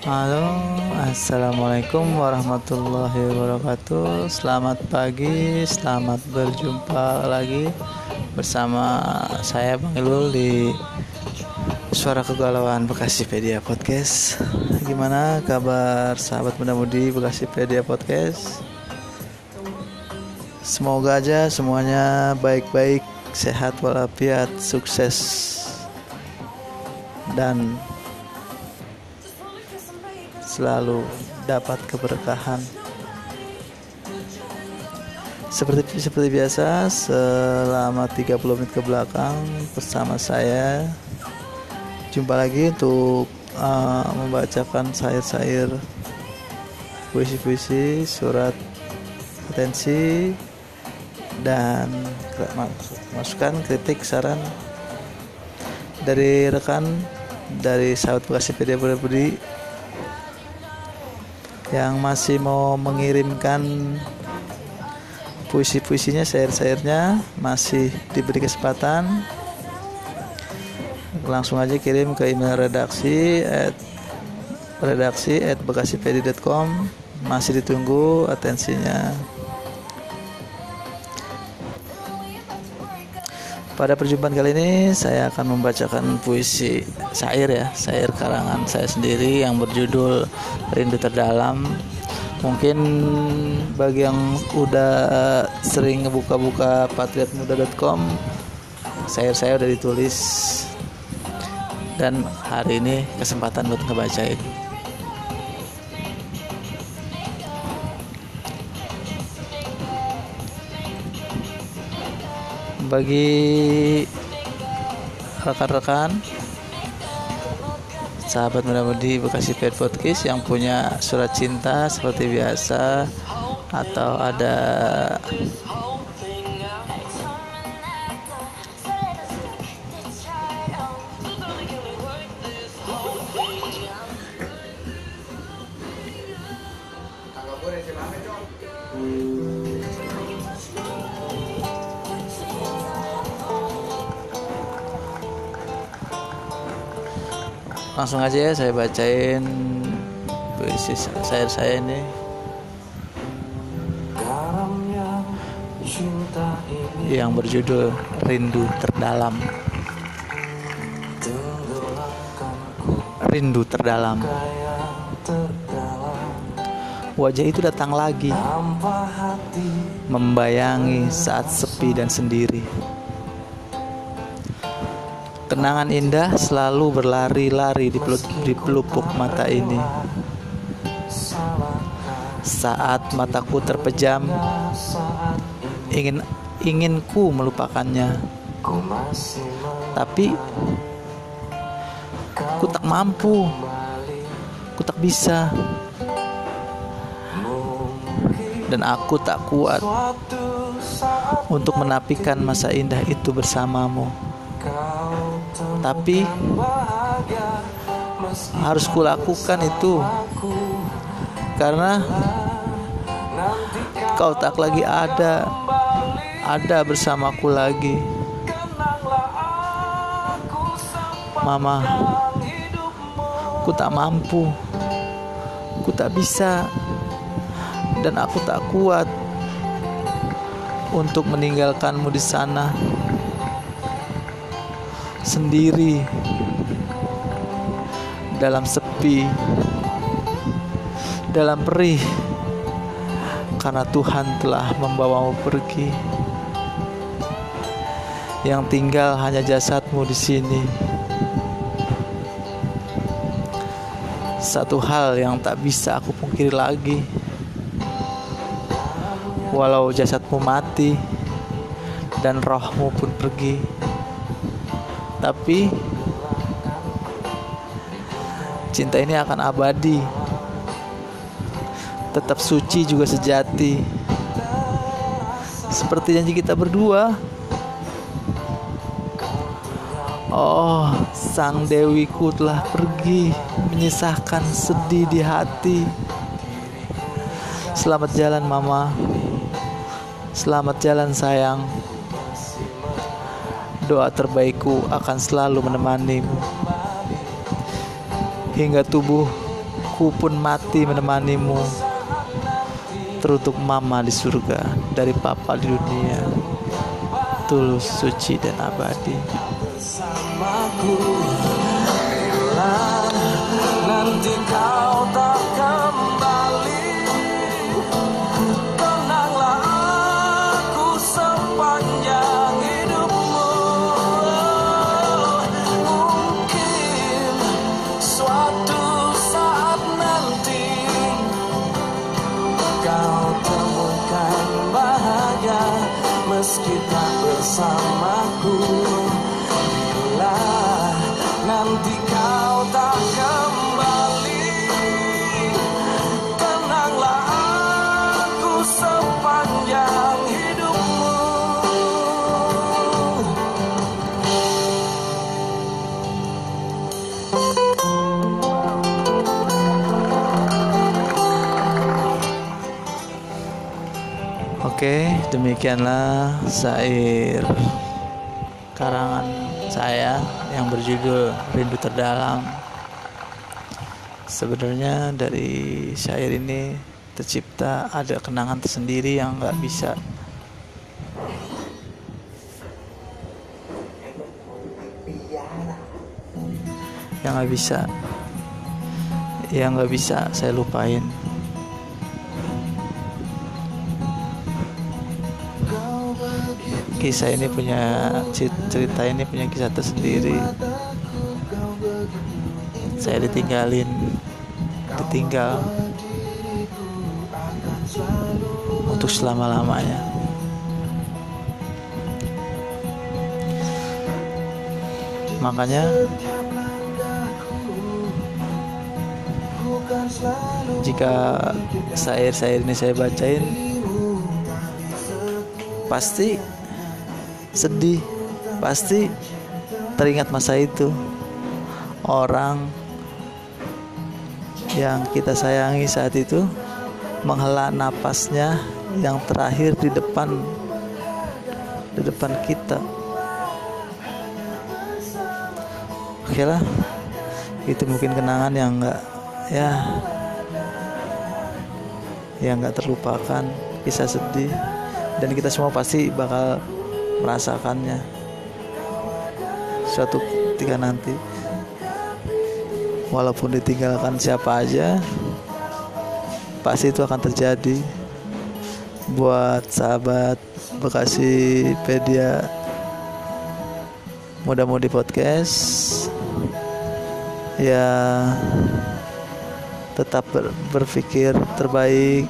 Halo, assalamualaikum warahmatullahi wabarakatuh. Selamat pagi, selamat berjumpa lagi bersama saya Bang Ilul di Suara Kegalauan Bekasipedia Podcast. Gimana kabar sahabat muda-mudi Bekasipedia Podcast? Semoga aja semuanya baik-baik, sehat walafiat, sukses dan selalu dapat keberkahan. Seperti biasa, selama 30 menit ke belakang bersama saya jumpa lagi untuk membacakan syair-syair, puisi-puisi, surat atensi, dan masukan, kritik, saran dari rekan dari sahabat Bekasipedia Budi yang masih mau mengirimkan puisi-puisinya, syair-syairnya, masih diberi kesempatan. Langsung aja kirim ke email redaksi@bekasipedia.com. Masih ditunggu atensinya. Pada perjumpaan kali ini saya akan membacakan puisi syair karangan saya sendiri yang berjudul Rindu Terdalam. Mungkin bagi yang udah sering ngebuka-buka patriotmuda.com, syair saya udah ditulis dan hari ini kesempatan buat ngebacain. Bagi rekan-rekan sahabat muda-mudi Bekasipedia Podcast yang punya surat cinta seperti biasa, atau ada langsung aja ya saya bacain puisi syair saya ini. Yang berjudul Rindu Terdalam. Rindu terdalam. Wajah itu datang lagi, membayangi saat sepi dan sendiri. Kenangan indah selalu berlari-lari di pelupuk mata ini. Saat mataku terpejam, ingin ku melupakannya, tapi ku tak mampu, ku tak bisa, dan aku tak kuat untuk menapikan masa indah itu bersamamu. Tapi harus kulakukan itu, karena kau tak lagi ada bersamaku lagi. Mama, ku tak mampu, ku tak bisa, dan aku tak kuat untuk meninggalkanmu di sana sendiri dalam sepi, dalam perih, karena Tuhan telah membawamu pergi. Yang tinggal hanya jasadmu di sini. Satu hal yang tak bisa aku pungkiri lagi, walau jasadmu mati dan rohmu pun pergi, tapi cinta ini akan abadi, tetap suci juga sejati, seperti janji kita berdua. Oh, sang dewiku telah pergi, menyisakan sedih di hati. Selamat jalan mama, selamat jalan sayang. Doa terbaikku akan selalu menemanimu hingga tubuh Ku pun mati menemanimu, teruntuk mama di surga, dari papa di dunia, tulus, suci dan abadi. Bersamaku, bila nanti kau tak kembali, kenanglah aku sepanjang hidupmu. Mungkin suatu saat nanti kau temukan bahagia meski tak bersamaku. Bila nanti kau tak kembali, tenanglah aku sepanjang hidupmu. Oke, demikianlah syair karangan saya yang berjudul Rindu Terdalam. Sebenarnya dari syair ini tercipta ada kenangan tersendiri yang nggak bisa saya lupain. Kisah ini cerita ini punya kisah tersendiri. Saya ditinggal untuk selama-lamanya. Makanya jika syair-syair ini saya bacain, pasti sedih, pasti teringat masa itu. Orang yang kita sayangi saat itu menghela napasnya yang terakhir di depan kita. Oke lah, itu mungkin kenangan yang nggak terlupakan, kisah sedih, dan kita semua pasti bakal merasakannya suatu ketika nanti. Walaupun ditinggalkan siapa aja, pasti itu akan terjadi. Buat sahabat Bekasipedia Muda-Mudi Podcast, ya tetap berpikir terbaik,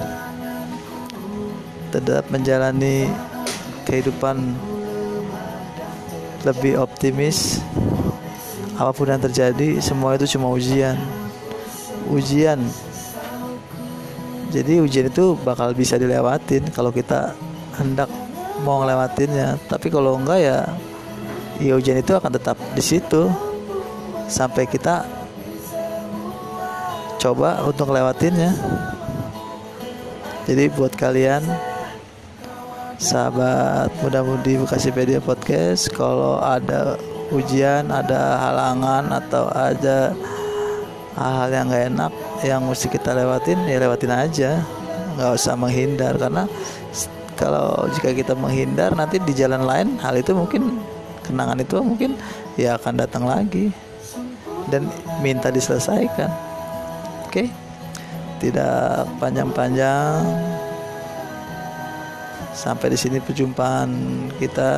tetap menjalani kehidupan lebih optimis. Apapun yang terjadi, semua itu cuma ujian. Jadi ujian itu bakal bisa dilewatin kalau kita hendak mau ngelewatinnya. Tapi kalau enggak ya ujian itu akan tetap di situ sampai kita coba untuk ngelewatinnya. Jadi buat kalian sahabat Muda-Mudi Bekasipedia Podcast, kalau ada ujian, ada halangan, atau ada hal-hal yang gak enak yang mesti kita lewatin, ya lewatin aja, gak usah menghindar. Karena kalau jika kita menghindar, nanti di jalan lain hal itu mungkin, kenangan itu mungkin ya akan datang lagi dan minta diselesaikan. Oke, tidak panjang-panjang, sampai di sini perjumpaan kita.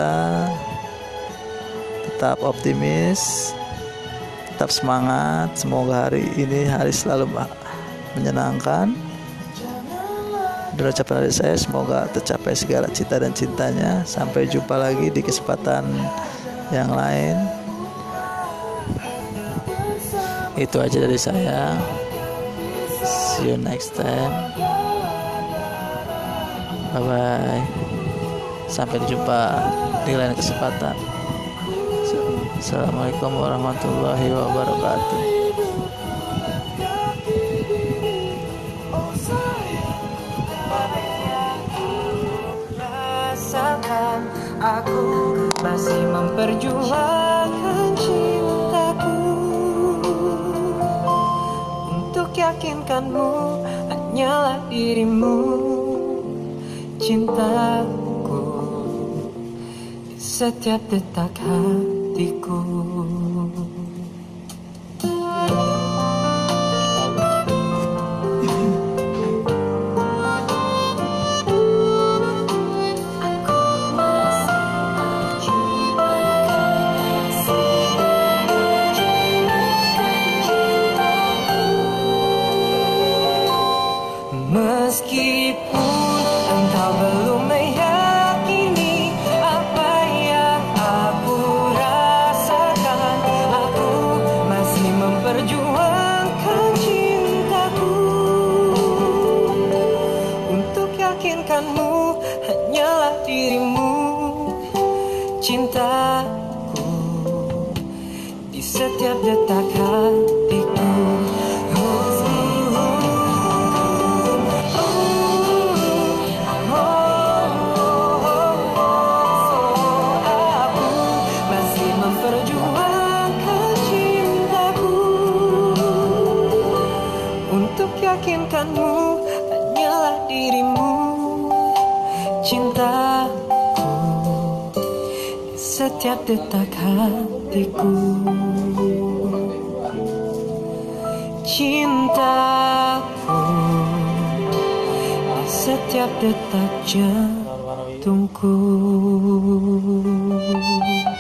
Tetap optimis, tetap semangat. Semoga hari ini hari selalu menyenangkan. Dan ucapan dari saya, semoga tercapai segala cita dan cintanya. Sampai jumpa lagi di kesempatan yang lain. Itu aja dari saya. See you next time. Bye bye. Sampai jumpa di lain kesempatan. Assalamualaikum warahmatullahi wabarakatuh. Rasakan aku masih memperjuangkan cintaku untuk yang yakinkanmu hanyalah dirimu, cintaku di setiap detak hatiku. Meskipun engkau belum meyakini apa yang aku rasakan, aku masih memperjuangkan cintaku. Untuk yakinkanmu hanyalah dirimu, cintaku di setiap detak hatiku. Yakinkanmu hanyalah dirimu, cintaku di setiap detak hatiku. Cintaku di setiap detak jantungku.